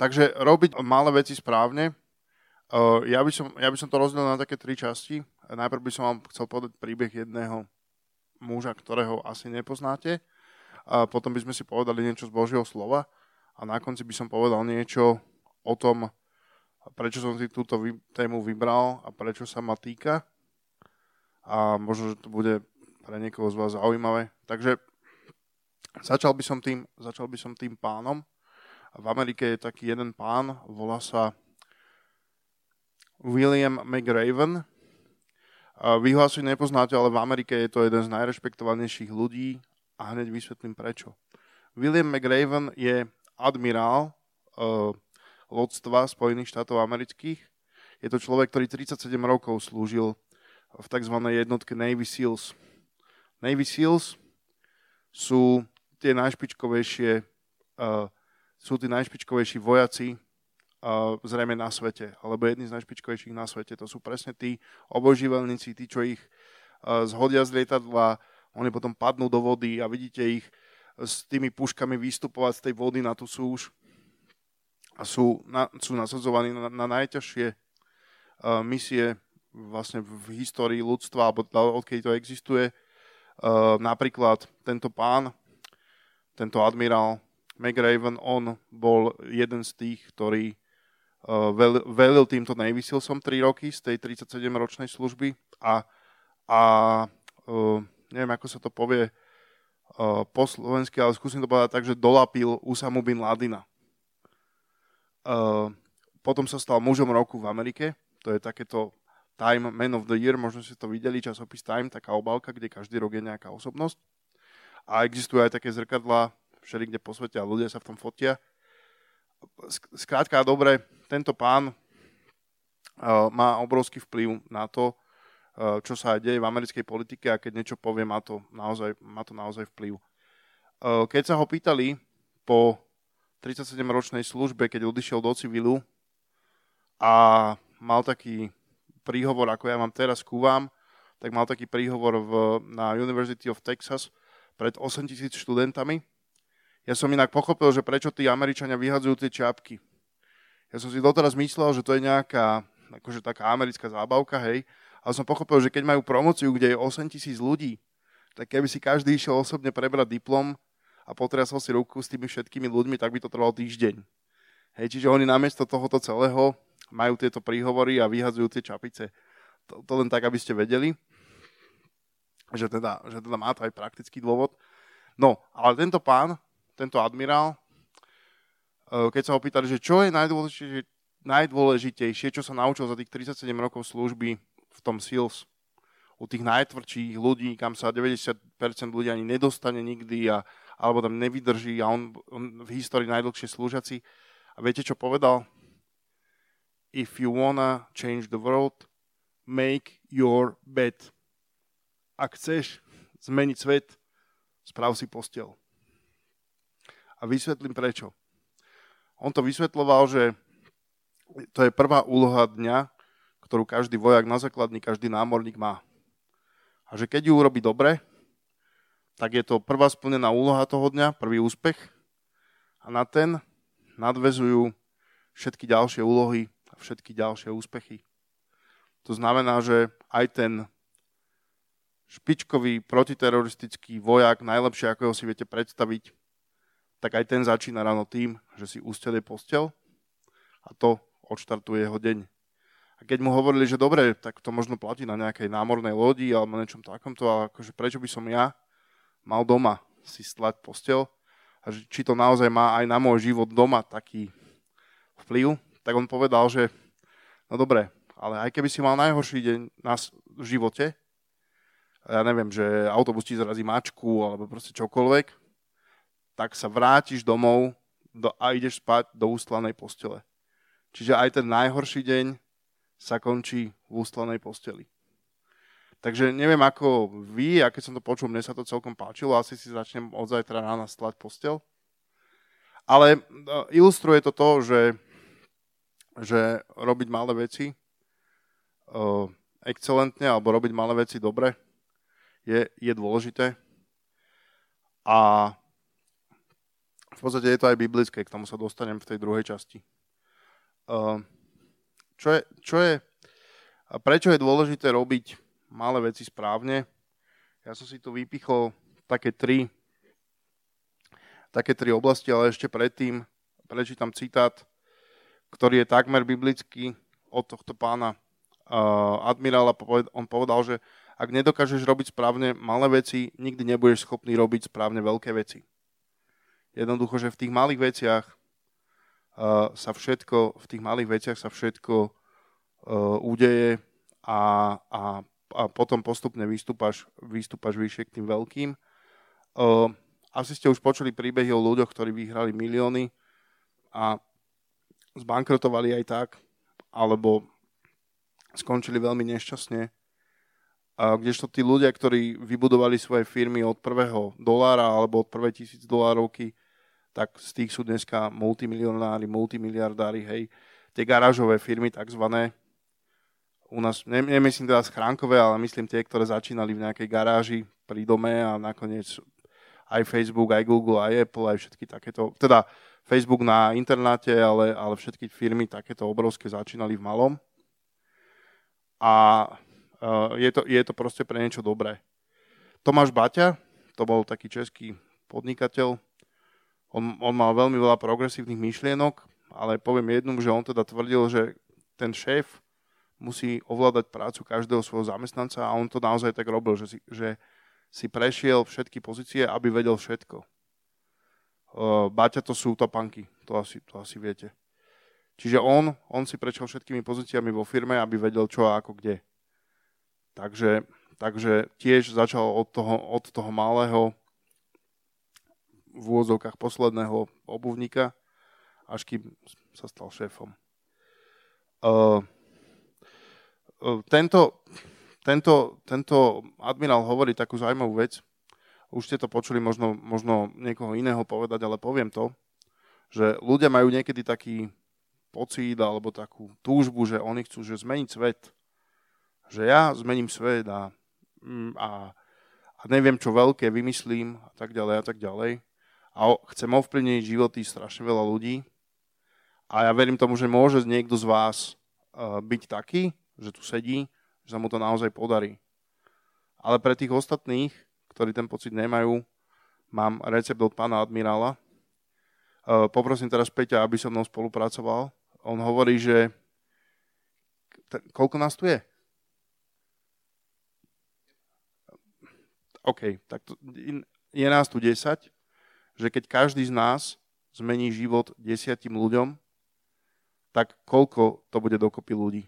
Takže robiť malé veci správne. Ja by som to rozdelil na také 3 časti. Najprv by som vám chcel povedať príbeh jedného muža, ktorého asi nepoznáte. A potom by sme si povedali niečo z Božieho slova. A na konci by som povedal niečo o tom, prečo som si túto tému vybral a prečo sa ma týka. A možno, že to bude pre niekoho z vás zaujímavé. Takže začal by som tým pánom. V Amerike je taký jeden pán, volá sa William McRaven. Vy ho asi nepoznáte, ale v Amerike je to jeden z najrešpektovanejších ľudí a hneď vysvetlím prečo. William McRaven je admirál lodstva Spojených štátov amerických. Je to človek, ktorý 37 rokov slúžil v tzv. Jednotke Navy SEALs. Navy SEALs sú tí najšpičkovejší vojaci zrejme na svete, alebo jedni z najšpičkovejších na svete. To sú presne tí obojživelníci, tí, čo ich zhodia z lietadla, oni potom padnú do vody a vidíte ich s tými puškami vystupovať z tej vody na tú súž a sú nasadzovaní na najťažšie misie vlastne v histórii ľudstva, alebo odkedy to existuje. Napríklad tento pán, tento admirál McRaven, on bol jeden z tých, ktorý velil týmto Navy Sealsom 3 roky z tej 37-ročnej služby a neviem, ako sa to povie po slovensky, ale skúsim to povedať tak, že dolapil Usamu bin Ladina. Potom sa stal mužom roku v Amerike, to je takéto Time Man of the Year, možno ste to videli, časopis Time, taká obálka, kde každý rok je nejaká osobnosť. A existujú aj také zrkadlá všelikde po svete a ľudia sa v tom fotia. Skrátka dobre, tento pán má obrovský vplyv na to, čo sa deje v americkej politike a keď niečo povie, má to naozaj vplyv. Keď sa ho pýtali po 37-ročnej službe, keď odišiel do civilu a mal taký príhovor, ako ja vám teraz kúvam, tak mal taký príhovor na University of Texas pred 8,000 študentami. Ja som inak pochopil, že prečo tí Američania vyhadzujú tie čapky. Ja som si doteraz myslel, že to je nejaká akože taká americká zábavka, hej. Ale som pochopil, že keď majú promociu, kde je 8,000 ľudí, tak keby si každý išiel osobne prebrať diplom a potriasol si ruku s tými všetkými ľuďmi, tak by to trvalo týždeň. Hej, čiže oni namiesto tohoto celého majú tieto príhovory a vyhadzujú tie čapice. To len tak, aby ste vedeli, že teda má to aj praktický dôvod. No, ale tento admirál, keď sa ho pýtali, že čo je najdôležitejšie, čo sa naučil za tých 37 rokov služby v tom SEALS, u tých najtvrdších ľudí, kam sa 90% ľudí ani nedostane nikdy, alebo tam nevydrží a on v histórii najdlhšie slúžiaci. A viete, čo povedal? If you wanna change the world, make your bed. Ak chceš zmeniť svet, sprav si posteľ. A vysvetlím prečo. On to vysvetľoval, že to je prvá úloha dňa, ktorú každý vojak na základni, každý námorník má. A že keď ju urobí dobre, tak je to prvá splnená úloha toho dňa, prvý úspech a na ten nadväzujú všetky ďalšie úlohy a všetky ďalšie úspechy. To znamená, že aj ten špičkový protiteroristický vojak, najlepšie ako ho si viete predstaviť, tak aj ten začína ráno tým, že si ustelie posteľ a to odštartuje jeho deň. A keď mu hovorili, že dobre, tak to možno platí na nejakej námornej lodi alebo niečom takomto, a akože prečo by som ja mal doma si stlať posteľ a či to naozaj má aj na môj život doma taký vplyv, tak on povedal, že no dobre, ale aj keby si mal najhorší deň v živote, ja neviem, že autobus ti zrazí mačku alebo proste čokoľvek, tak sa vrátiš domov a ideš spať do ústlanej postele. Čiže aj ten najhorší deň sa končí v ústlanej posteli. Takže neviem ako vy, a keď som to počul, mne sa to celkom páčilo, asi si začnem od zajtra rána stlať postel. Ale ilustruje to, že robiť malé veci excelentne alebo robiť malé veci dobre je dôležité. A v podstate je to aj biblické, k tomu sa dostanem v tej druhej časti. Prečo je dôležité robiť malé veci správne? Ja som si tu vypichol také tri oblasti, ale ešte predtým prečítam citát, ktorý je takmer biblický od tohto pána admirála. On povedal, že ak nedokážeš robiť správne malé veci, nikdy nebudeš schopný robiť správne veľké veci. Jednoducho, že v tých malých veciach sa všetko udeje a potom postupne vystúpaš vyššie k tým veľkým. Asi ste už počuli príbehy o ľuďoch, ktorí vyhrali milióny a zbankrotovali aj tak, alebo skončili veľmi nešťastne. Kdežto tí ľudia, ktorí vybudovali svoje firmy od $1 alebo od prvej $1000, tak z tých sú dneska multimilionári, multimiliardári, hej. Tie garážové firmy takzvané, u nás, nemyslím teda schránkové, ale myslím tie, ktoré začínali v nejakej garáži pri dome a nakoniec aj Facebook, aj Google, aj Apple, aj všetky takéto, teda Facebook na internáte, ale všetky firmy takéto obrovské začínali v malom. A je to proste pre niečo dobré. Tomáš Baťa, to bol taký český podnikateľ, on mal veľmi veľa progresívnych myšlienok, ale poviem jednu, že on teda tvrdil, že ten šéf musí ovládať prácu každého svojho zamestnanca a on to naozaj tak robil, že si prešiel všetky pozície, aby vedel všetko. Baťa to sú topanky, to asi viete. Čiže on si prešiel všetkými pozíciami vo firme, aby vedel čo a ako kde. Takže tiež začal od toho malého v úvodzovkách posledného obuvníka, až kým sa stal šéfom. Tento admirál hovorí takú zaujímavú vec. Už ste to počuli možno niekoho iného povedať, ale poviem to, že ľudia majú niekedy taký pocit alebo takú túžbu, že oni chcú zmeniť svet. Že ja zmením svet a neviem, čo veľké vymyslím a tak ďalej a tak ďalej. A chcem ovplyvniť životy strašne veľa ľudí. A ja verím tomu, že môže niekto z vás byť taký, že tu sedí, že sa mu to naozaj podarí. Ale pre tých ostatných, ktorí ten pocit nemajú, mám recept od pána admirála. Poprosím teraz Peťa, aby so mnou spolupracoval. On hovorí, že... Koľko nás tu je? OK, tak je nás tu 10, že keď každý z nás zmení život 10 ľuďom, tak koľko to bude dokopy ľudí?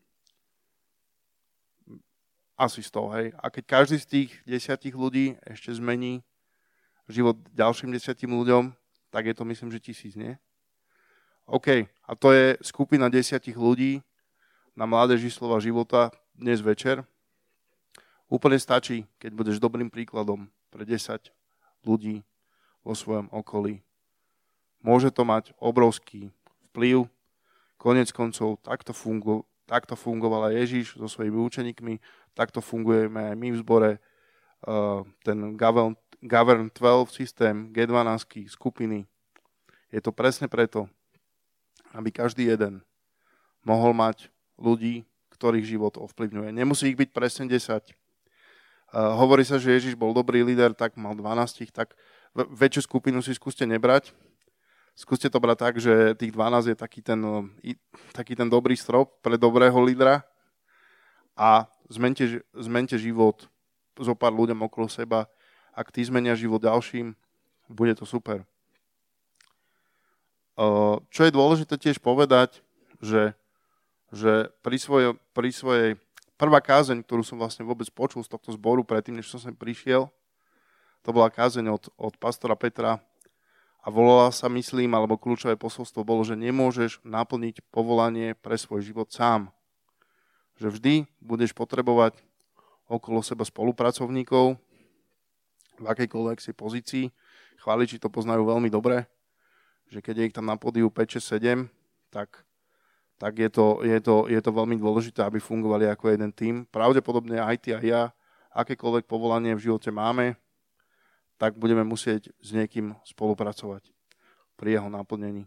Asi 100, hej. A keď každý z tých 10 ľudí ešte zmení život ďalším 10 ľuďom, tak je to myslím, že 1000, nie? OK, a to je skupina 10 ľudí na Mládeži Slova života dnes večer. Úplne stačí, keď budeš dobrým príkladom pre 10 ľudí vo svojom okolí. Môže to mať obrovský vplyv. Koniec koncov takto fungoval aj Ježiš so svojimi učeníkmi, takto fungujeme aj my v zbore. Ten Govern 12 systém, G12 skupiny. Je to presne preto, aby každý jeden mohol mať ľudí, ktorých život ovplyvňuje. Nemusí ich byť presne 10. Hovorí sa, že Ježiš bol dobrý líder, tak mal 12, tak väčšiu skupinu si skúste nebrať. Skúste to brať tak, že tých 12 je taký ten dobrý strop pre dobrého lídra a zmente život zo pár ľuďom okolo seba. Ak ty zmenia život ďalším, bude to super. Čo je dôležité tiež povedať, že pri svojej prvá kázeň, ktorú som vlastne vôbec počul z tohto zboru predtým, než som sem prišiel, to bola kázeň od pastora Petra a volala sa, myslím, alebo kľúčové posolstvo bolo, že nemôžeš naplniť povolanie pre svoj život sám. Že vždy budeš potrebovať okolo seba spolupracovníkov v akejkoľvek si pozícii. Chváliči to poznajú veľmi dobre, že keď je ich tam na pódiu 5, 6, 7, tak je to veľmi dôležité, aby fungovali ako jeden tím. Pravdepodobne aj ty a ja, akékoľvek povolanie v živote máme, tak budeme musieť s niekým spolupracovať. pri jeho naplnení.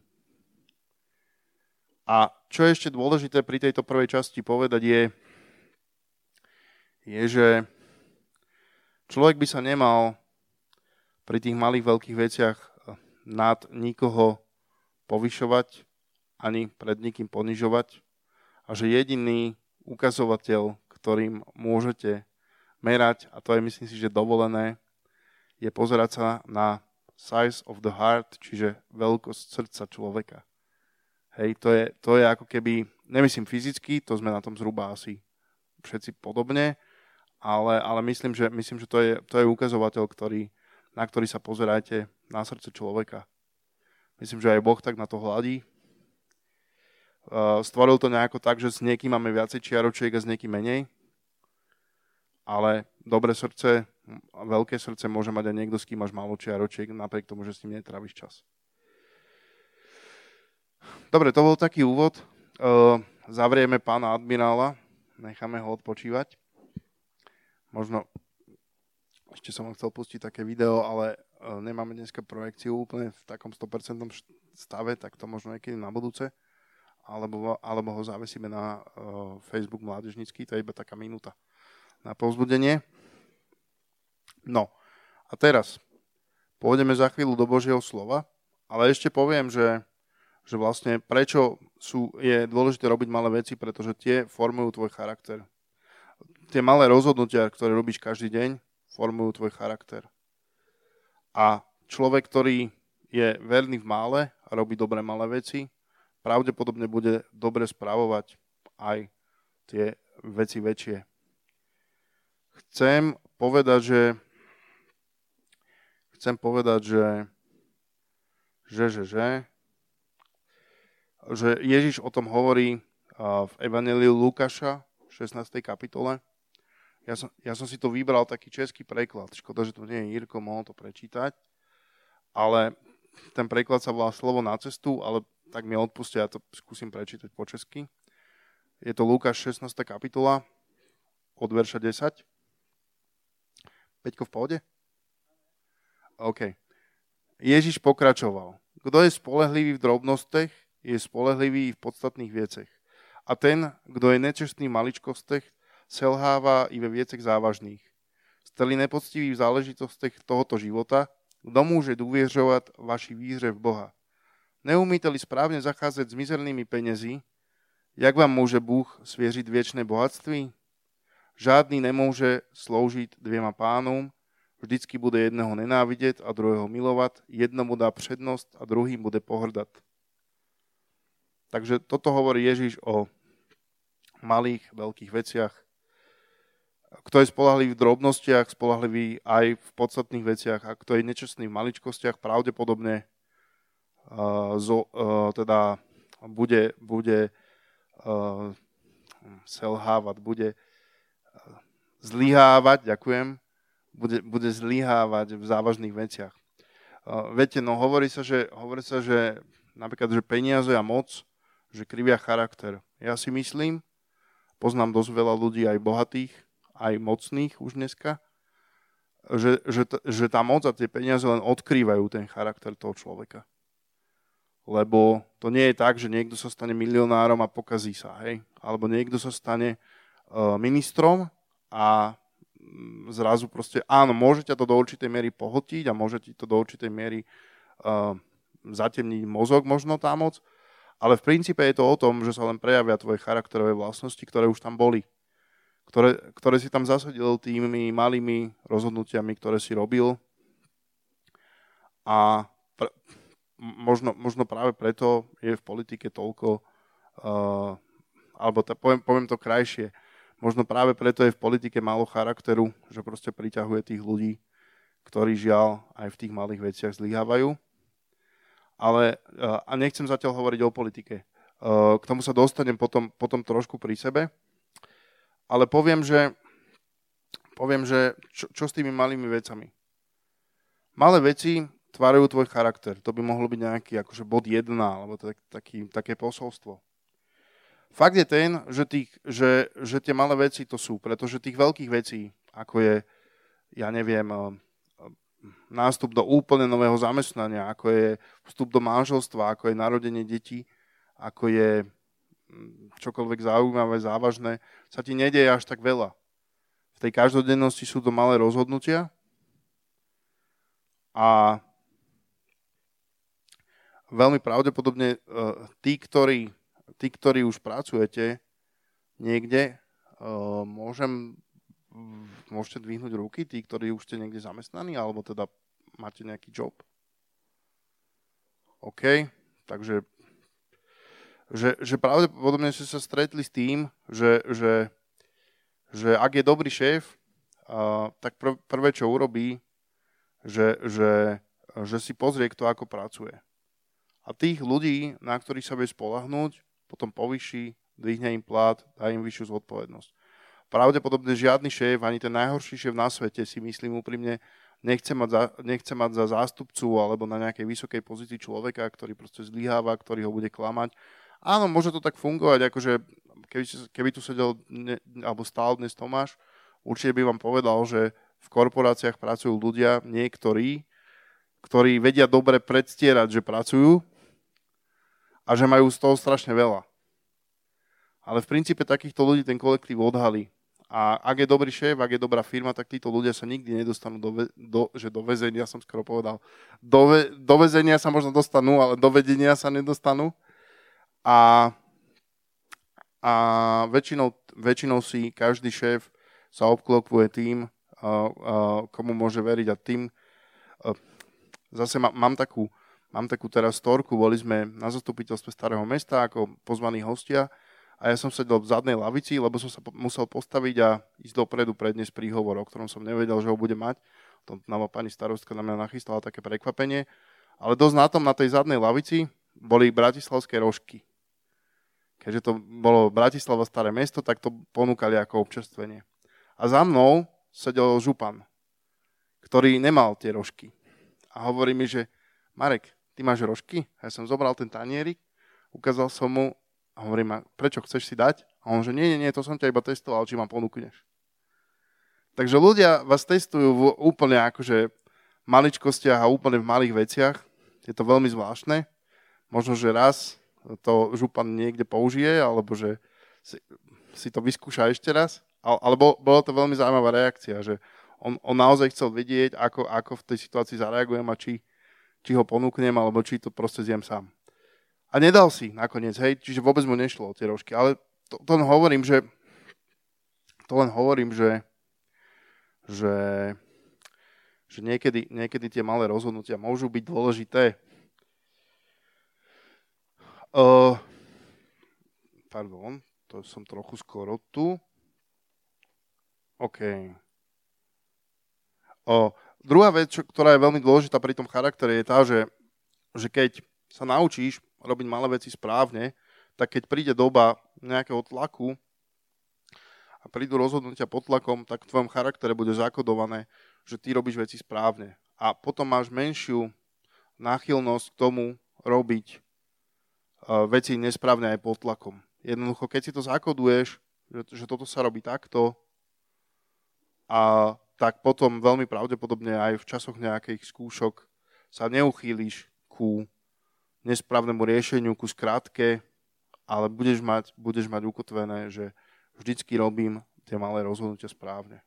A čo je ešte dôležité pri tejto prvej časti povedať je, že človek by sa nemal pri tých malých veľkých veciach nad nikoho povyšovať ani pred nikým ponižovať a že jediný ukazovateľ, ktorým môžete merať, a to je myslím si, že dovolené, je pozerať sa na size of the heart, čiže veľkosť srdca človeka. Hej, to je ako keby, nemyslím fyzicky, to sme na tom zhruba asi všetci podobne, ale myslím, že to je ukazovateľ, na ktorý sa pozeráte na srdce človeka. Myslím, že aj Boh tak na to hľadí. Stvoril to nejako tak, že s niekým máme viacej čiaročiek a s niekým menej, ale dobré srdce, veľké srdce môže mať aj niekto, s kým máš málo čiaročiek, napriek tomu, že s ním netráviš čas. Dobre, to bol taký úvod. Zavrieme pána admirála, necháme ho odpočívať. Možno ešte som chcel pustiť také video, ale nemáme dneska projekciu úplne v takom 100% stave, tak to možno niekedy na budúce. Alebo ho zavesíme na Facebook mládežnícky, to je iba taká minúta na povzbudenie. No, a teraz pôjdeme za chvíľu do Božieho slova, ale ešte poviem, že vlastne prečo je dôležité robiť malé veci, pretože tie formujú tvoj charakter. Tie malé rozhodnutia, ktoré robíš každý deň, formujú tvoj charakter. A človek, ktorý je verný v mále a robí dobré malé veci, pravdepodobne bude dobre spravovať aj tie veci väčšie. Chcem povedať, že Ježiš o tom hovorí v Evanjeliu Lukáša v 16. kapitole. Ja som si to vybral taký český preklad. Škoda, že to nie je Jirko, mohol to prečítať. Ale ten preklad sa volá Slovo na cestu, ale tak mi odpustia, ja to skúsim prečítať po česky. Je to Lukáš 16. kapitola od verša 10. Peťko v pohode? OK. Ježiš pokračoval. Kto je spolehlivý v drobnostech, je spolehlivý v podstatných veciach. A ten, kto je nečestný v maličkostech, selháva i ve viecech závažných. Ste-li nepoctiví v záležitostiach tohoto života, kto môže dôveřovať vaši víře v Boha? Neumíte-li správne zachádzať s mizernými peniazy, jak vám môže Bůh sviežiť viečné bohatství? Žádný nemôže sloužiť dvěma pánom, vždycky bude jedného nenávidieť a druhého milovať, jednomu dá prednosť a druhým bude pohrdať. Takže toto hovorí Ježiš o malých, veľkých veciach. Kto je spoľahlivý v drobnostiach, spoľahlivý aj v podstatných veciach, a kto je nečestný v maličkostiach, pravdepodobne bude selhávať, bude zlyhávať, bude zlyhávať v závažných veciach. Viete, no hovorí sa, že napríklad, že peniaze a moc, že krivia charakter. Ja si myslím, poznám dosť veľa ľudí, aj bohatých, aj mocných už dneska, že tá moc a tie peniaze len odkrývajú ten charakter toho človeka. Lebo to nie je tak, že niekto sa stane milionárom a pokazí sa, hej? Alebo niekto sa stane ministrom a zrazu proste, áno, môže ťa to do určitej miery pohltiť a môže ti to do určitej miery zatemniť mozog možno tá moc, ale v princípe je to o tom, že sa len prejavia tvoje charakterové vlastnosti, ktoré už tam boli, ktoré si tam zasadil tými malými rozhodnutiami, ktoré si robil. A možno práve preto je v politike toľko, poviem to krajšie, možno práve preto je v politike málo charakteru, že proste priťahuje tých ľudí, ktorí žiaľ aj v tých malých veciach zlyhávajú. Ale a nechcem zatiaľ hovoriť o politike. K tomu sa dostanem potom trošku pri sebe. Ale poviem, že čo s tými malými vecami. Malé veci tvárajú tvoj charakter. To by mohlo byť nejaký akože bod 1, alebo také posolstvo. Fakt je ten, že tie malé veci to sú, pretože tých veľkých vecí, ako je, ja neviem, nástup do úplne nového zamestnania, ako je vstup do manželstva, ako je narodenie detí, ako je čokoľvek zaujímavé, závažné, sa ti nedeje až tak veľa. V tej každodennosti sú to malé rozhodnutia a veľmi pravdepodobne tí, ktorí už pracujete niekde, môžete dvihnúť ruky, tí, ktorí už ste niekde zamestnaní, alebo teda máte nejaký job. OK, takže že pravdepodobne ste sa stretli s tým, že ak je dobrý šéf, tak prvé, čo urobí, že si pozrie, kto ako pracuje. A tých ľudí, na ktorých sa vie spoľahnúť, potom povýši, dvihne im plat, dá im vyššiu zodpovednosť. Pravdepodobne žiadny šéf, ani ten najhorší šéf na svete, si myslím úprimne, nechce mať za zástupcu alebo na nejakej vysokej pozícii človeka, ktorý proste zlyháva, ktorý ho bude klamať. Áno, môže to tak fungovať, akože keby tu sedel alebo stál dnes Tomáš, určite by vám povedal, že v korporáciách pracujú ľudia, niektorí, ktorí vedia dobre predstierať, že pracujú a že majú z toho strašne veľa. Ale v princípe takýchto ľudí ten kolektív odhalí. A ak je dobrý šéf, ak je dobrá firma, tak títo ľudia sa nikdy nedostanú do väzenia, som skoro povedal. Do väzenia sa možno dostanú, ale do vedenia sa nedostanú. A väčšinou si každý šéf sa obklopuje tým, komu môže veriť a tým. Zase mám takú teraz storku, boli sme na zastupiteľstve Starého mesta ako pozvaní hostia a ja som sedel v zadnej lavici, lebo som sa musel postaviť a ísť dopredu predniesť príhovor, o ktorom som nevedel, že ho bude mať. To nám pani starostka na mňa nachystala také prekvapenie. Ale dosť na tej zadnej lavici boli bratislavské rožky. Keďže to bolo Bratislava Staré mesto, tak to ponúkali ako občerstvenie. A za mnou sedel župan, ktorý nemal tie rožky. A hovorí mi, že Marek, ty máš rožky? A ja som zobral ten tanierik, ukázal som mu a hovorím, prečo chceš si dať? A on, že nie, to som ťa iba testoval, či ma ponúkneš. Takže ľudia vás testujú v úplne akože maličkostiach a úplne v malých veciach. Je to veľmi zvláštne. Možno, že raz to župan niekde použije, alebo že si to vyskúša ešte raz. Ale bola to veľmi zaujímavá reakcia, že on naozaj chcel vedieť, ako v tej situácii zareagujem a či ho ponúknem, alebo či to proste zjem sám. A nedal si nakoniec, hej, čiže vôbec mu nešlo o tie rožky. Ale to len hovorím, že niekedy tie malé rozhodnutia môžu byť dôležité. Pardon, to som trochu skoro tu. OK. Druhá vec, ktorá je veľmi dôležitá pri tom charaktere, je tá, že keď sa naučíš robiť malé veci správne, tak keď príde doba nejakého tlaku a prídu rozhodnutia pod tlakom, tak v tvojom charaktere bude zakodované, že ty robíš veci správne. A potom máš menšiu náchylnosť k tomu robiť veci nesprávne aj pod tlakom. Jednoducho, keď si to zakoduješ, že toto sa robí takto, a tak potom veľmi pravdepodobne aj v časoch nejakých skúšok sa neuchýliš ku nesprávnemu riešeniu, ku skratke, ale budeš mať ukotvené, že vždycky robím tie malé rozhodnutia správne.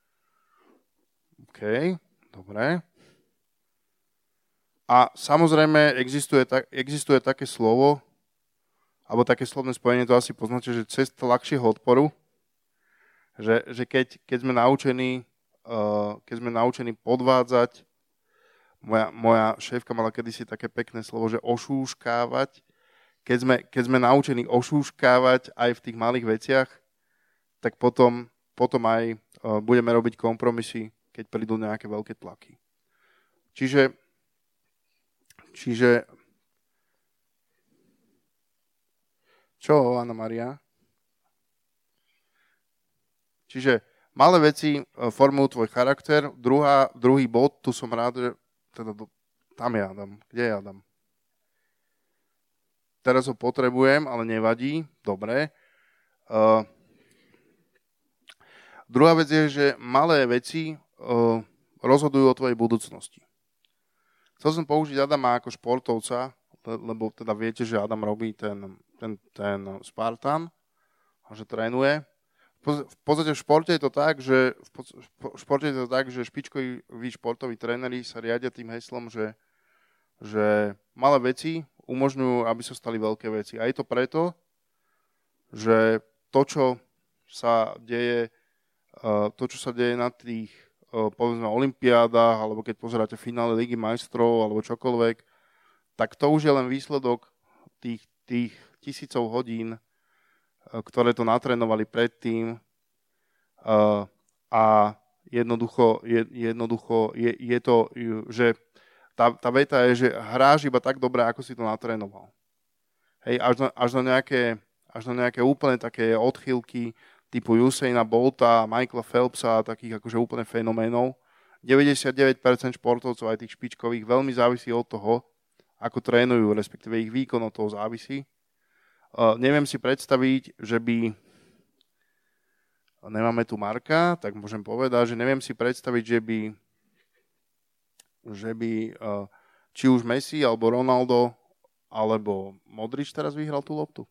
OK, dobre. A samozrejme existuje také slovo, alebo také slovné spojenie, to asi poznáte, že cesta ľahšieho odporu, že keď sme naučení podvádzať, moja šéfka mala kedysi také pekné slovo, že ošúškávať, keď sme naučení ošúškávať aj v tých malých veciach, tak potom aj budeme robiť kompromisy, keď prídu nejaké veľké tlaky. Čiže čo, Anna Maria? Čiže malé veci formujú tvoj charakter. Druhý bod, tu som rád, že tam je Adam. Kde je Adam? Teraz ho potrebujem, ale nevadí. Dobre. Druhá vec je, že malé veci rozhodujú o tvojej budúcnosti. Chcel som použiť Adama ako športovca, lebo teda viete, že Adam robí ten Spartan a že trénuje. V podstate v športe je to tak, že špičkoví športoví tréneri sa riadia tým heslom, že malé veci umožňujú, aby sa stali veľké veci. A je to preto, že to, čo sa deje na tých povedzme olympiádach, alebo keď pozeráte finále Ligy majstrov, alebo čokoľvek, tak to už je len výsledok tých tisícov hodín, ktoré to natrénovali predtým a jednoducho je to, že tá veta je, že hráš iba tak dobre, ako si to natrénoval. Hej, až na nejaké úplne také odchýlky typu Usaina Bolta, Michaela Phelpsa a takých akože úplne fenoménov. 99% športovcov, aj tých špičkových, veľmi závisí od toho, ako trénujú, respektíve ich výkon od toho závisí. Neviem si predstaviť, že by... Nemáme tu Marka, tak môžem povedať, že neviem si predstaviť, že by či už Messi, alebo Ronaldo, alebo Modrič teraz vyhral tú loptu.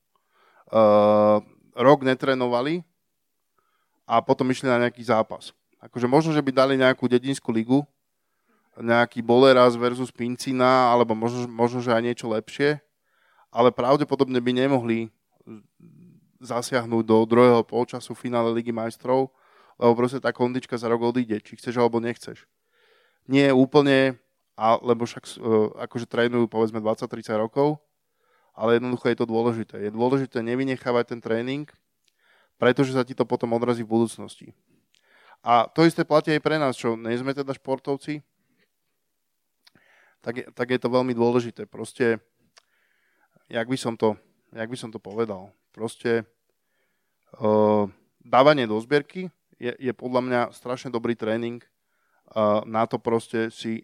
Rok netrénovali a potom išli na nejaký zápas. Akože možno, že by dali nejakú dedinskú ligu, nejaký Boleras versus Pincina, alebo možno, že aj niečo lepšie, ale pravdepodobne by nemohli zasiahnuť do druhého polčasu finále Ligy majstrov, lebo proste tá kondička za rok odíde, či chceš alebo nechceš. Nie úplne, lebo však akože trénujú povedzme 20-30 rokov, ale jednoducho je to dôležité. Je dôležité nevynechávať ten tréning, pretože sa ti to potom odrazí v budúcnosti. A to isté platí aj pre nás, čo nie sme teda športovci, tak je to veľmi dôležité. Proste, jak by som to povedal, proste dávanie do zbierky je podľa mňa strašne dobrý tréning na to proste si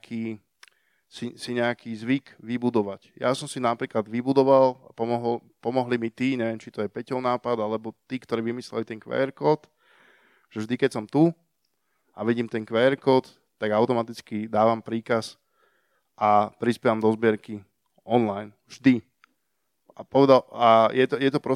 nejaký zvyk vybudovať. Ja som si napríklad vybudoval, pomohli mi tí, neviem, či to je Peťov nápad, alebo tí, ktorí vymysleli ten QR kód, že vždy, keď som tu a vidím ten QR kód, tak automaticky dávam príkaz a prispievam do zbierky online. Vždy. A je to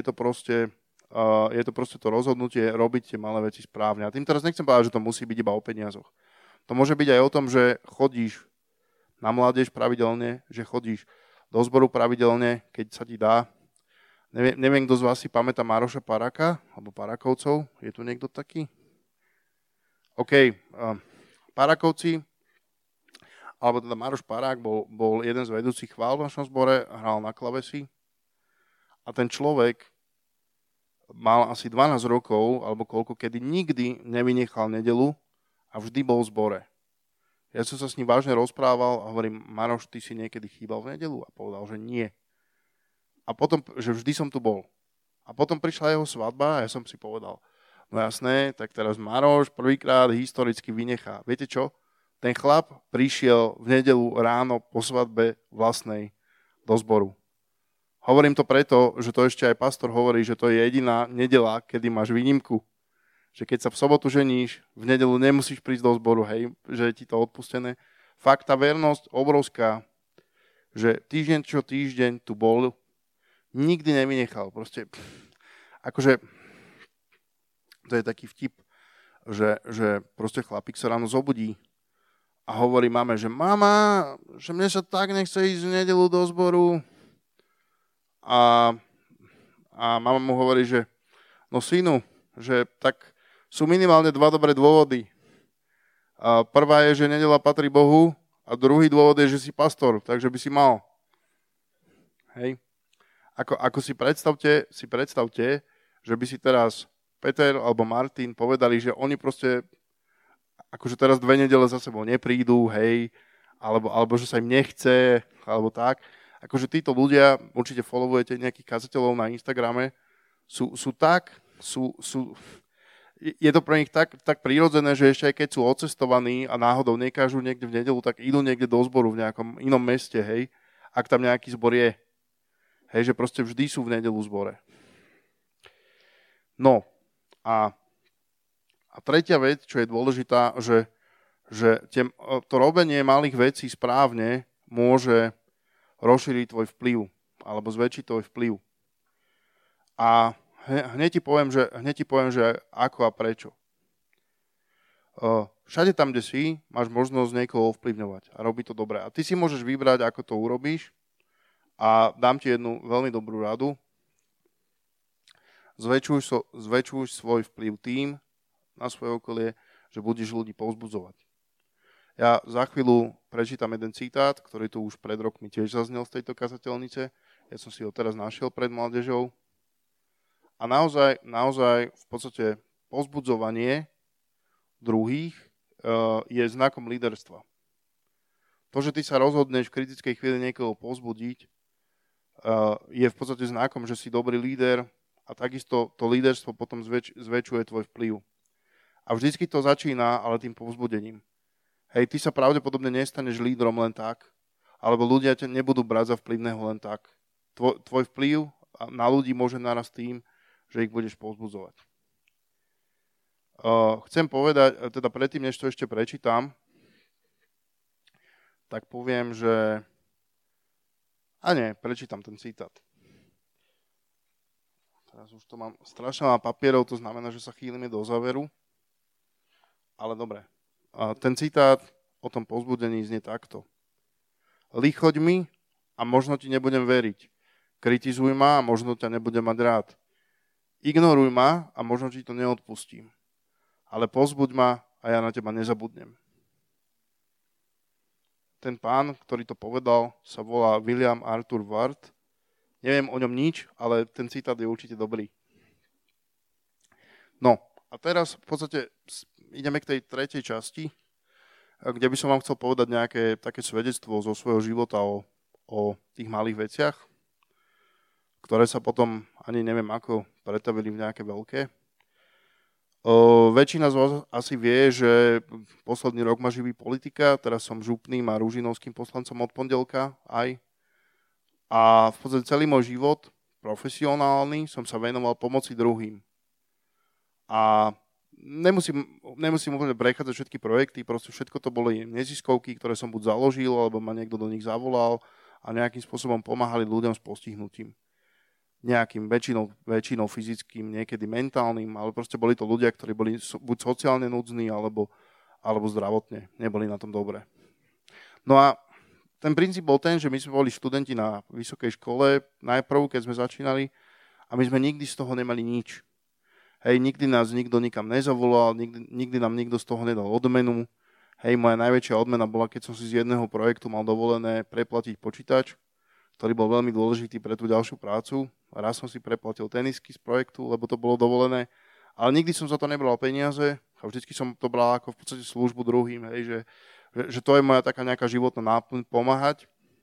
proste to rozhodnutie robiť tie malé veci správne. A tým teraz nechcem povedať, že to musí byť iba o peniazoch. To môže byť aj o tom, že chodíš na mládež pravidelne, že chodíš do zboru pravidelne, keď sa ti dá. Neviem, kto z vás si pamätá Maroša Paraka, alebo Parakovcov. Je tu niekto taký? OK. Parakovci, alebo teda Maroš Parák bol jeden z vedúcich chvál v našom zbore, hral na klavesi. A ten človek mal asi 12 rokov, alebo koľko, kedy nikdy nevynechal nedeľu a vždy bol v zbore. Ja som sa s ním vážne rozprával a hovorím, Maroš, ty si niekedy chýbal v nedeľu? A povedal, že nie. A potom, že vždy som tu bol. A potom prišla jeho svadba a ja som si povedal, no jasné, tak teraz Maroš prvýkrát historicky vynechá. Viete čo? Ten chlap prišiel v nedeľu ráno po svadbe vlastnej do zboru. Hovorím to preto, že to ešte aj pastor hovorí, že to je jediná nedeľa, kedy máš výnimku. Že keď sa v sobotu ženíš, v nedeľu nemusíš prísť do zboru, hej, že je ti to odpustené. Fakt, tá vernosť obrovská, že týždeň čo týždeň tu bol, nikdy nevynechal. Proste, akože, to je taký vtip, že proste chlapík sa ráno zobudí a hovorí mame, že mama, že mne sa tak nechce ísť v nedeľu do zboru. A mama mu hovorí, že no synu, že tak sú minimálne 2 dobré dôvody. A prvá je, že nedeľa patrí Bohu a druhý dôvod je, že si pastor, takže by si mal. Hej. Ako si predstavte, že by si teraz Peter alebo Martin povedali, že oni proste akože teraz 2 nedele za sebou neprídu, hej, alebo že sa im nechce, alebo tak. Akože títo ľudia, určite followujete nejakých kazateľov na Instagrame, je to pre nich tak prirodzené, že ešte aj keď sú odcestovaní a náhodou nekážu niekde v nedeľu, tak idú niekde do zboru v nejakom inom meste, hej, ak tam nejaký zbor je. Hej, že proste vždy sú v nedeľu v zbore. No, a tretia vec, čo je dôležitá, že že to robenie malých vecí správne môže rozšíriť tvoj vplyv alebo zväčšiť tvoj vplyv. A hneď ti poviem, že ako a prečo. Všade tam, kde si, máš možnosť niekoho ovplyvňovať a robiť to dobre. A ty si môžeš vybrať, ako to urobíš a dám ti jednu veľmi dobrú radu. Zväčšuj svoj vplyv tým na svoje okolie, že budeš ľudí povzbudzovať. Ja za chvíľu prečítam jeden citát, ktorý tu už pred rokmi tiež zaznel z tejto kazateľnice. Ja som si ho teraz našiel pred mládežou. A naozaj v podstate povzbudzovanie druhých je znakom líderstva. To, že ty sa rozhodneš v kritickej chvíli niekoho povzbudiť, je v podstate znakom, že si dobrý líder a takisto to líderstvo potom zväčšuje tvoj vplyv. A vždycky to začína ale tým povzbudením. Hej, ty sa pravdepodobne nestaneš lídrom len tak, alebo ľudia ťa nebudú brať za vplyvného len tak. Tvoj vplyv na ľudí môže narast tým, že ich budeš povzbudzovať. Chcem povedať, teda predtým, než to ešte prečítam, tak poviem, že... prečítam ten citát. Teraz už to mám strašne veľa papierov, to znamená, že sa chýlime do záveru. Ale dobre. Ten citát o tom povzbudení znie takto. Lichoď mi a možno ti nebudem veriť. Kritizuj ma a možno ťa nebudem mať rád. Ignoruj ma a možno ti to neodpustím. Ale povzbuď ma a ja na teba nezabudnem. Ten pán, ktorý to povedal, sa volá William Arthur Ward. Neviem o ňom nič, ale ten citát je určite dobrý. No, a teraz v podstate ideme k tej tretej časti, kde by som vám chcel povedať nejaké také svedectvo zo svojho života o tých malých veciach, ktoré sa potom ani neviem ako pretavili v nejaké veľké. Väčšina z vás asi vie, že posledný rok ma živí politika, teraz som župným a ružinovským poslancom od pondelka aj. A v podstate celý môj život profesionálny som sa venoval pomoci druhým. A nemusím úplne prechádzať všetky projekty, proste všetko to boli neziskovky, ktoré som buď založil, alebo ma niekto do nich zavolal a nejakým spôsobom pomáhali ľuďom s postihnutím. Nejakým väčšinou fyzickým, niekedy mentálnym, ale proste boli to ľudia, ktorí boli buď sociálne núdzní, alebo zdravotne neboli na tom dobre. No a ten princíp bol ten, že my sme boli študenti na vysokej škole, najprv, keď sme začínali, a my sme nikdy z toho nemali nič. Hej, nikdy nás nikto nikam nezavolal, nikdy nám nikto z toho nedal odmenu. Hej, moja najväčšia odmena bola, keď som si z jedného projektu mal dovolené preplatiť počítač, ktorý bol veľmi dôležitý pre tú ďalšiu prácu. Raz som si preplatil tenisky z projektu, lebo to bolo dovolené, ale nikdy som za to nebral peniaze a vždycky som to bral ako v podstate službu druhým, hej, že to je moja taká nejaká životná náplň pomáhať.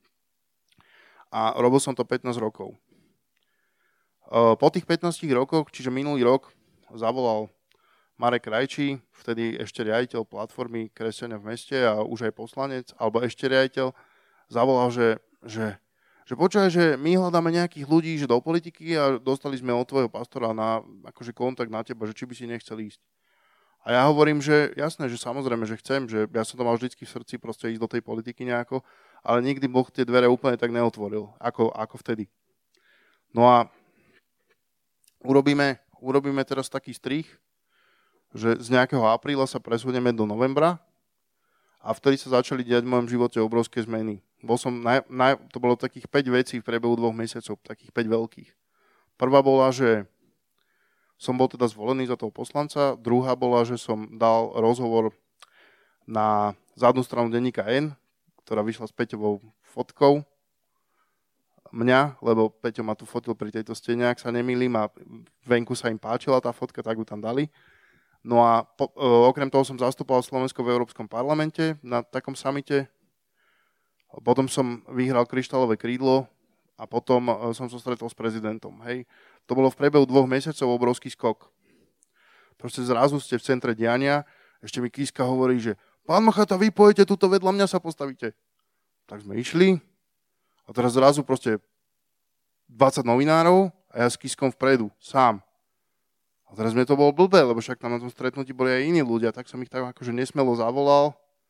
A robil som to 15 rokov. Po tých 15 rokoch, čiže minulý rok, zavolal Marek Krajčí, vtedy ešte riaditeľ platformy Kresťania v meste a už aj poslanec, alebo ešte riaditeľ, zavolal, že počúvaj, že my hľadáme nejakých ľudí, že do politiky a dostali sme od tvojho pastora akože kontakt na teba, že či by si nechcel ísť. A ja hovorím, že jasné, že samozrejme, že chcem, že ja som to mal vždycky v srdci proste ísť do tej politiky nejako, ale nikdy Boh tie dvere úplne tak neotvoril, ako vtedy. No a urobíme teraz taký strih, že z nejakého apríla sa presunieme do novembra a vtedy sa začali diať v mojom živote obrovské zmeny. To bolo takých 5 vecí v priebehu 2 mesiacov, takých 5 veľkých. Prvá bola, že som bol teda zvolený za toho poslanca, druhá bola, že som dal rozhovor na zadnú stranu denníka N, ktorá vyšla s Peťovou fotkou mňa, lebo Peťo ma tu fotil pri tejto stene, ak sa nemýlim, a venku sa im páčila tá fotka, tak ju tam dali. No a okrem toho som zastupoval Slovensko v Európskom parlamente na takom samite. Potom som vyhral kryštálové krídlo a potom som sa stretol s prezidentom. Hej. To bolo v priebehu 2 mesiacov obrovský skok. Proste zrazu ste v centre diania, ešte mi Kiska hovorí, že pán Machata, vy pojete tuto vedľa mňa sa postavíte. Tak sme išli a teraz zrazu proste 20 novinárov a ja s Kiskom vpredu, sám. A teraz mne to bolo blbé, lebo však tam na tom stretnutí boli aj iní ľudia, tak som ich tak akože nesmelo zavolal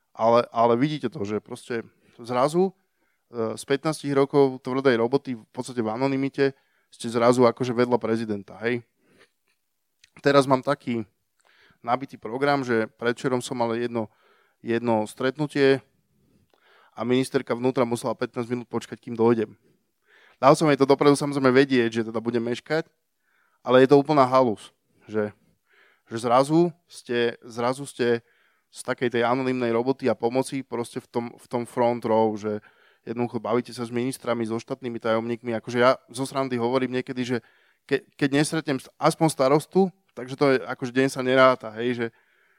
ale vidíte to, že proste zrazu z 15 rokov tvrdej roboty v podstate v anonymite ste zrazu akože vedľa prezidenta, hej. Teraz mám taký nabitý program, že predvčerom som mal jedno stretnutie a ministerka vnútra musela 15 minút počkať, kým dojdem. Dal som jej to dopredu samozrejme vedieť, že teda budem meškať, ale je to úplná halus, že zrazu ste z takej tej anonymnej roboty a pomoci proste v tom front row, že jednoducho bavíte sa s ministrami, so štátnymi tajomníkmi. Akože ja zo srandy hovorím niekedy, že keď nesretnem aspoň starostu, takže to je, akože deň sa neráta, hej,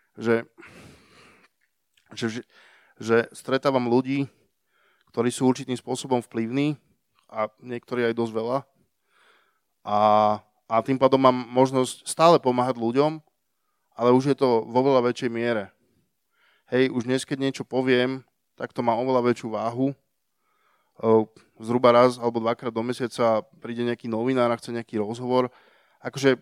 že stretávam ľudí, ktorí sú určitým spôsobom vplyvní a niektorí aj dosť veľa. A tým pádom mám možnosť stále pomáhať ľuďom, ale už je to vo veľa väčšej miere. Hej, už dnes, keď niečo poviem, tak to má oveľa väčšiu váhu. Zhruba raz alebo dvakrát do mesiaca príde nejaký novinár a chce nejaký rozhovor. Akože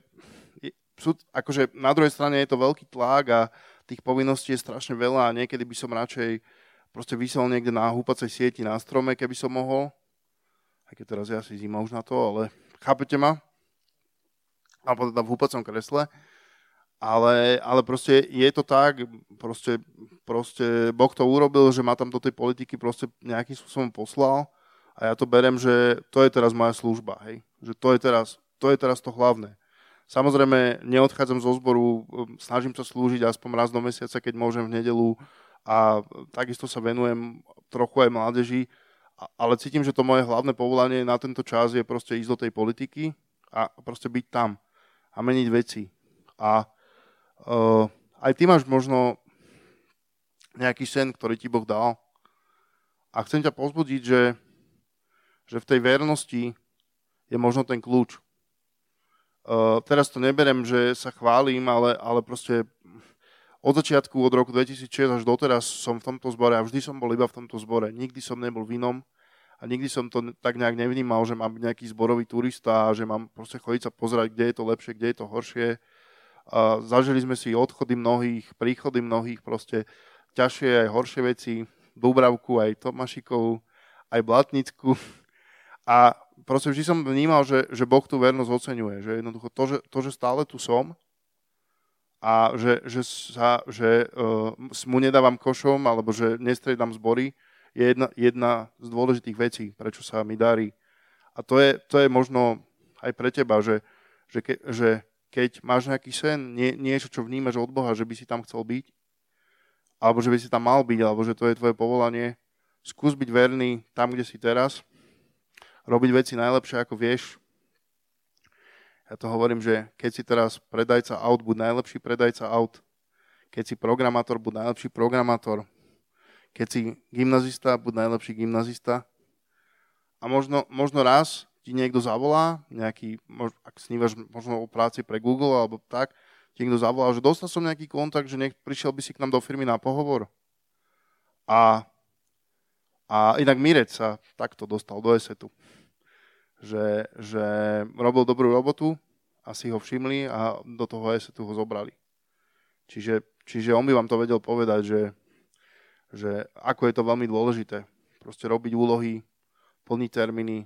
na druhej strane je to veľký tlak a tých povinností je strašne veľa a niekedy by som radšej proste visel niekde na húpacej sieti na strome, keby som mohol. Aj keď teraz je asi zima už na to, ale chápete ma? Alebo teda v húpacom kresle. Ale proste je to tak, proste Boh to urobil, že ma tam do tej politiky proste nejakým spôsobom poslal a ja to berem, že to je teraz moja služba, hej. Že to je teraz to hlavné. Samozrejme, neodchádzam zo zboru, snažím sa slúžiť aspoň raz do mesiaca, keď môžem v nedeľu a takisto sa venujem trochu aj mládeži, ale cítim, že to moje hlavné povolanie na tento čas je proste ísť do tej politiky a proste byť tam a meniť veci. A aj ty máš možno nejaký sen, ktorý ti Boh dal a chcem ťa povzbudiť, že v tej vernosti je možno ten kľúč. Teraz to neberem, že sa chválim, ale proste od začiatku, od roku 2006 až doteraz som v tomto zbore a vždy som bol iba v tomto zbore. Nikdy som nebol v inom a nikdy som to tak nejak nevnímal, že mám byť nejaký zborový turista a že mám proste chodiť sa pozerať, kde je to lepšie, kde je to horšie. Zažili sme si odchody mnohých, príchody mnohých, proste ťažšie aj horšie veci, Dúbravku, aj Tomášikov, aj Blatnicku. A proste vždy som vnímal, že Boh tú vernosť oceňuje, že jednoducho to, že stále tu som a že mu nedávam košom alebo že nestriedam zbory, je jedna z dôležitých vecí, prečo sa mi darí. A to je možno aj pre teba, že keď máš nejaký sen, niečo, čo vnímaš od Boha, že by si tam chcel byť, alebo že by si tam mal byť, alebo že to je tvoje povolanie, skús byť verný tam, kde si teraz, robiť veci najlepšie, ako vieš. Ja to hovorím, že keď si teraz predajca aut, buď najlepší predajca aut. Keď si programátor, buď najlepší programátor. Keď si gymnazista, buď najlepší gymnazista. A možno raz ti niekto zavolá, ak snívaš možno o práci pre Google alebo tak, ti niekto zavolá, že dostal som nejaký kontakt, že prišiel by si k nám do firmy na pohovor. A inak Mirec sa takto dostal do ESETu. Že robil dobrú robotu a si ho všimli a do toho ESETu ho zobrali. Čiže on by vám to vedel povedať, že ako je to veľmi dôležité. Proste robiť úlohy, plniť termíny.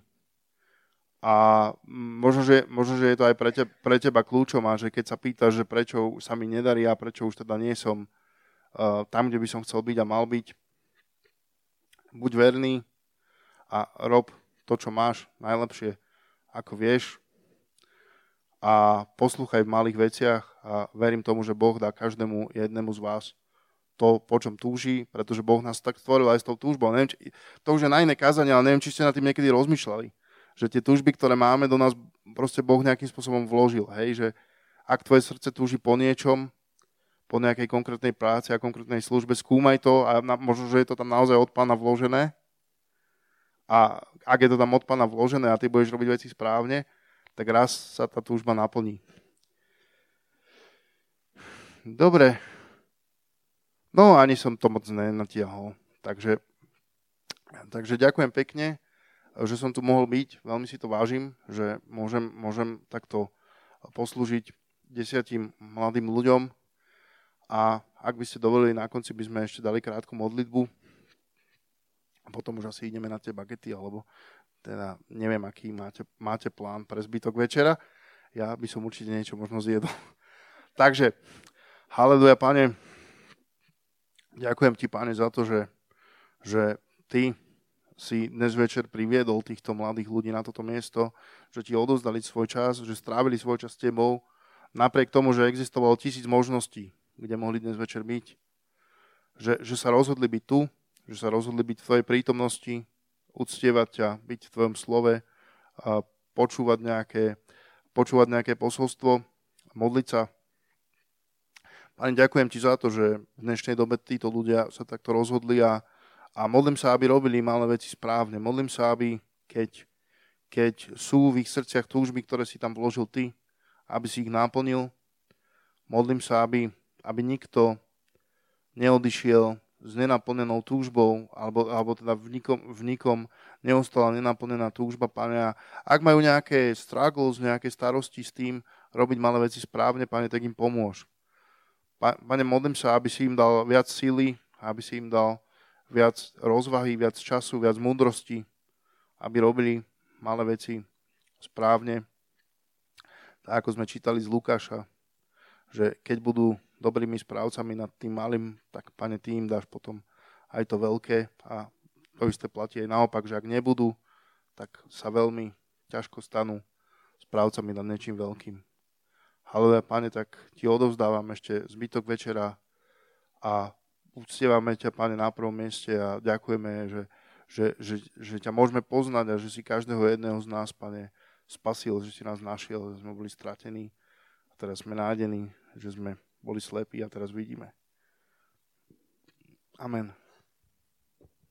A možno, že je to aj pre teba kľúčom a že keď sa pýtaš, že prečo sa mi nedarí a prečo už teda nie som tam, kde by som chcel byť a mal byť, buď verný a rob to, čo máš najlepšie, ako vieš a poslúchaj v malých veciach a verím tomu, že Boh dá každému jednému z vás to, po čom túži, pretože Boh nás tak stvoril aj s tou túžbou. Neviem, to už je na iné kázanie, ale neviem, či ste nad tým niekedy rozmýšľali. Že tie túžby, ktoré máme, do nás proste Boh nejakým spôsobom vložil. Hej? Že ak tvoje srdce túži po niečom, po nejakej konkrétnej práci a konkrétnej službe, skúmaj to a možno, že je to tam naozaj od Pána vložené. A ak je to tam od Pána vložené a ty budeš robiť veci správne, tak raz sa tá túžba naplní. Dobre. No, ani som to moc nenatiahol. Takže ďakujem pekne, že som tu mohol byť. Veľmi si to vážim, že môžem takto poslúžiť 10 mladým ľuďom a ak by ste dovolili, na konci by sme ešte dali krátku modlitbu a potom už asi ideme na tie bagety, alebo teda neviem, aký máte plán pre zbytok večera. Ja by som určite niečo možno zjedol. Takže, haleluja, Pane, ďakujem ti, Pane, za to, že ty si dnes večer priviedol týchto mladých ľudí na toto miesto, že ti odozdali svoj čas, že strávili svoj čas s tebou, napriek tomu, že existovalo 1000 možností, kde mohli dnes večer byť. Že sa rozhodli byť tu, že sa rozhodli byť v tvojej prítomnosti, uctievať ťa, byť v tvojom slove, a počúvať nejaké posolstvo, modliť sa. Pane, ďakujem ti za to, že v dnešnej dobe títo ľudia sa takto rozhodli a modlím sa, aby robili malé veci správne. Modlím sa, aby keď sú v ich srdciach túžby, ktoré si tam vložil ty, aby si ich naplnil. Modlím sa, aby nikto neodišiel s nenaplnenou túžbou, alebo teda v nikom neostala nenaplnená túžba, Pane. A ak majú nejaké struggles, nejaké starosti s tým robiť malé veci správne, Pane, tak im pomôž. Pane, modlím sa, aby si im dal viac síly, aby si im dal viac rozvahy, viac času, viac múdrosti, aby robili malé veci správne. Tak ako sme čítali z Lukáša, že keď budú dobrými správcami nad tým malým, tak, Pane, ty im dáš potom aj to veľké a to isté platí aj naopak, že ak nebudú, tak sa veľmi ťažko stanú správcami nad niečím veľkým. Haleluja, Pane, tak ti odovzdávam ešte zbytok večera a uctievame ťa, Pane, na prvom mieste a ďakujeme, že ťa môžeme poznať a že si každého jedného z nás, Pane, spasil, že si nás našiel, že sme boli stratení a teraz sme nájdení, že sme boli slepí a teraz vidíme. Amen.